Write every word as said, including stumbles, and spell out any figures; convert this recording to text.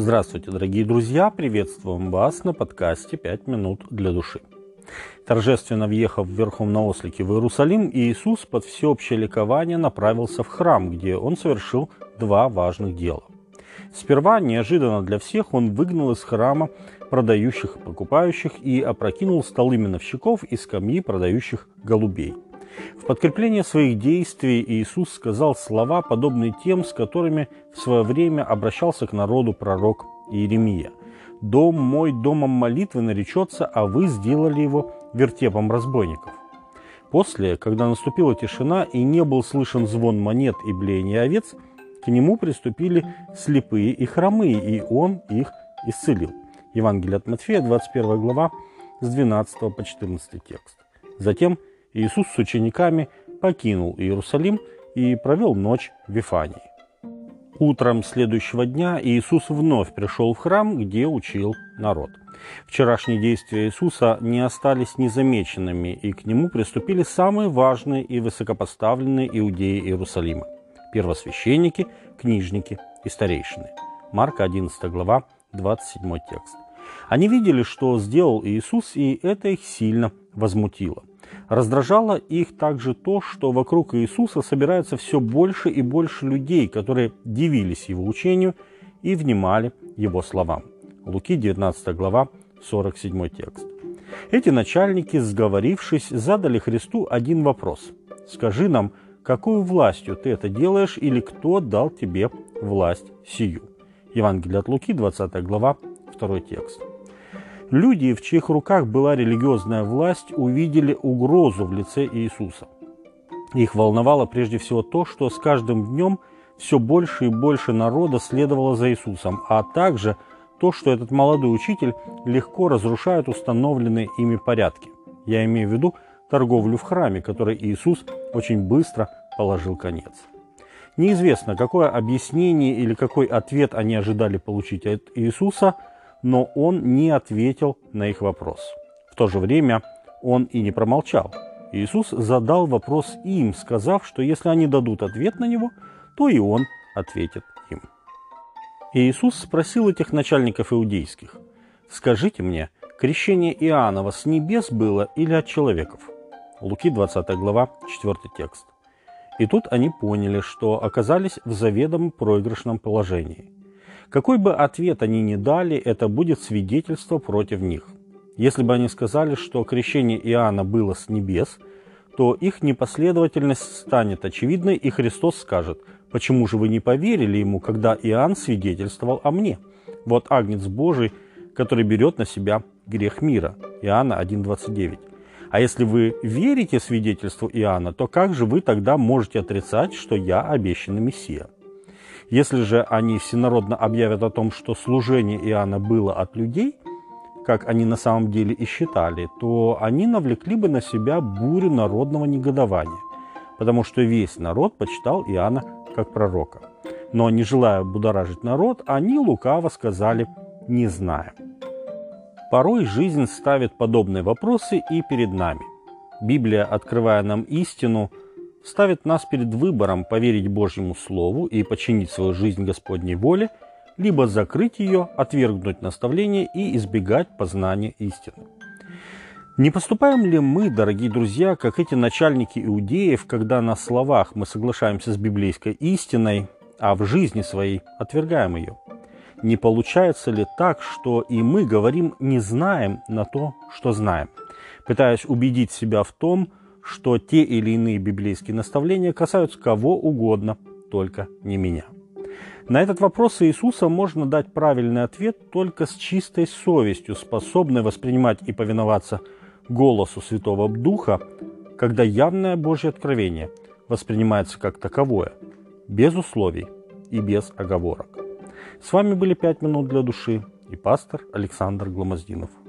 Здравствуйте, дорогие друзья! Приветствуем вас на подкасте «пять минут для души». Торжественно въехав верхом на ослике в Иерусалим, Иисус под всеобщее ликование направился в храм, где он совершил два важных дела. Сперва, неожиданно для всех, он выгнал из храма продающих и покупающих и опрокинул столы миновщиков и скамьи продающих голубей. В подкрепление своих действий Иисус сказал слова, подобные тем, с которыми в свое время обращался к народу пророк Иеремия. «Дом мой домом молитвы наречется, а вы сделали его вертепом разбойников». После, когда наступила тишина и не был слышен звон монет и блеяние овец, к нему приступили слепые и хромые, и он их исцелил. Евангелие от Матфея, двадцать первая глава, с двенадцатого по четырнадцатый текст. Затем Иисус с учениками покинул Иерусалим и провел ночь в Вифании. Утром следующего дня Иисус вновь пришел в храм, где учил народ. Вчерашние действия Иисуса не остались незамеченными, и к нему приступили самые важные и высокопоставленные иудеи Иерусалима – первосвященники, книжники и старейшины. Марка одиннадцатая глава, двадцать седьмой текст. Они видели, что сделал Иисус, и это их сильно возмутило. Раздражало их также то, что вокруг Иисуса собирается все больше и больше людей, которые дивились Его учению и внимали Его словам. Луки девятнадцатая глава, сорок седьмой текст. Эти начальники, сговорившись, задали Христу один вопрос. «Скажи нам, какую властью ты это делаешь, или кто дал тебе власть сию?» Евангелие от Луки, двадцатая глава, второй текст. Люди, в чьих руках была религиозная власть, увидели угрозу в лице Иисуса. Их волновало прежде всего то, что с каждым днем все больше и больше народа следовало за Иисусом, а также то, что этот молодой учитель легко разрушает установленные ими порядки. Я имею в виду торговлю в храме, которой Иисус очень быстро положил конец. Неизвестно, какое объяснение или какой ответ они ожидали получить от Иисуса, но он не ответил на их вопрос. В то же время он и не промолчал. Иисус задал вопрос им, сказав, что если они дадут ответ на него, то и он ответит им. Иисус спросил этих начальников иудейских: «Скажите мне, крещение Иоаннова с небес было или от человеков?» Луки двадцатая глава, четвёртый текст. И тут они поняли, что оказались в заведомо проигрышном положении. Какой бы ответ они ни дали, это будет свидетельство против них. Если бы они сказали, что крещение Иоанна было с небес, то их непоследовательность станет очевидной, и Христос скажет: «Почему же вы не поверили ему, когда Иоанн свидетельствовал о мне? Вот Агнец Божий, который берет на себя грех мира». Иоанна один двадцать девять. А если вы верите свидетельству Иоанна, то как же вы тогда можете отрицать, что я обещанный Мессия? Если же они всенародно объявят о том, что служение Иоанна было от людей, как они на самом деле и считали, то они навлекли бы на себя бурю народного негодования, потому что весь народ почитал Иоанна как пророка. Но, не желая будоражить народ, они лукаво сказали: «Не знаем». Порой жизнь ставит подобные вопросы и перед нами. Библия, открывая нам истину, ставит нас перед выбором поверить Божьему Слову и подчинить свою жизнь Господней воле, либо закрыть ее, отвергнуть наставление и избегать познания истины. Не поступаем ли мы, дорогие друзья, как эти начальники иудеев, когда на словах мы соглашаемся с библейской истиной, а в жизни своей отвергаем ее? Не получается ли так, что и мы говорим «не знаем» на то, что знаем, пытаясь убедить себя в том, что те или иные библейские наставления касаются кого угодно, только не меня? На этот вопрос Иисуса можно дать правильный ответ только с чистой совестью, способной воспринимать и повиноваться голосу Святого Духа, когда явное Божье откровение воспринимается как таковое, без условий и без оговорок. С вами были «пять минут для души» и пастор Александр Гломоздинов.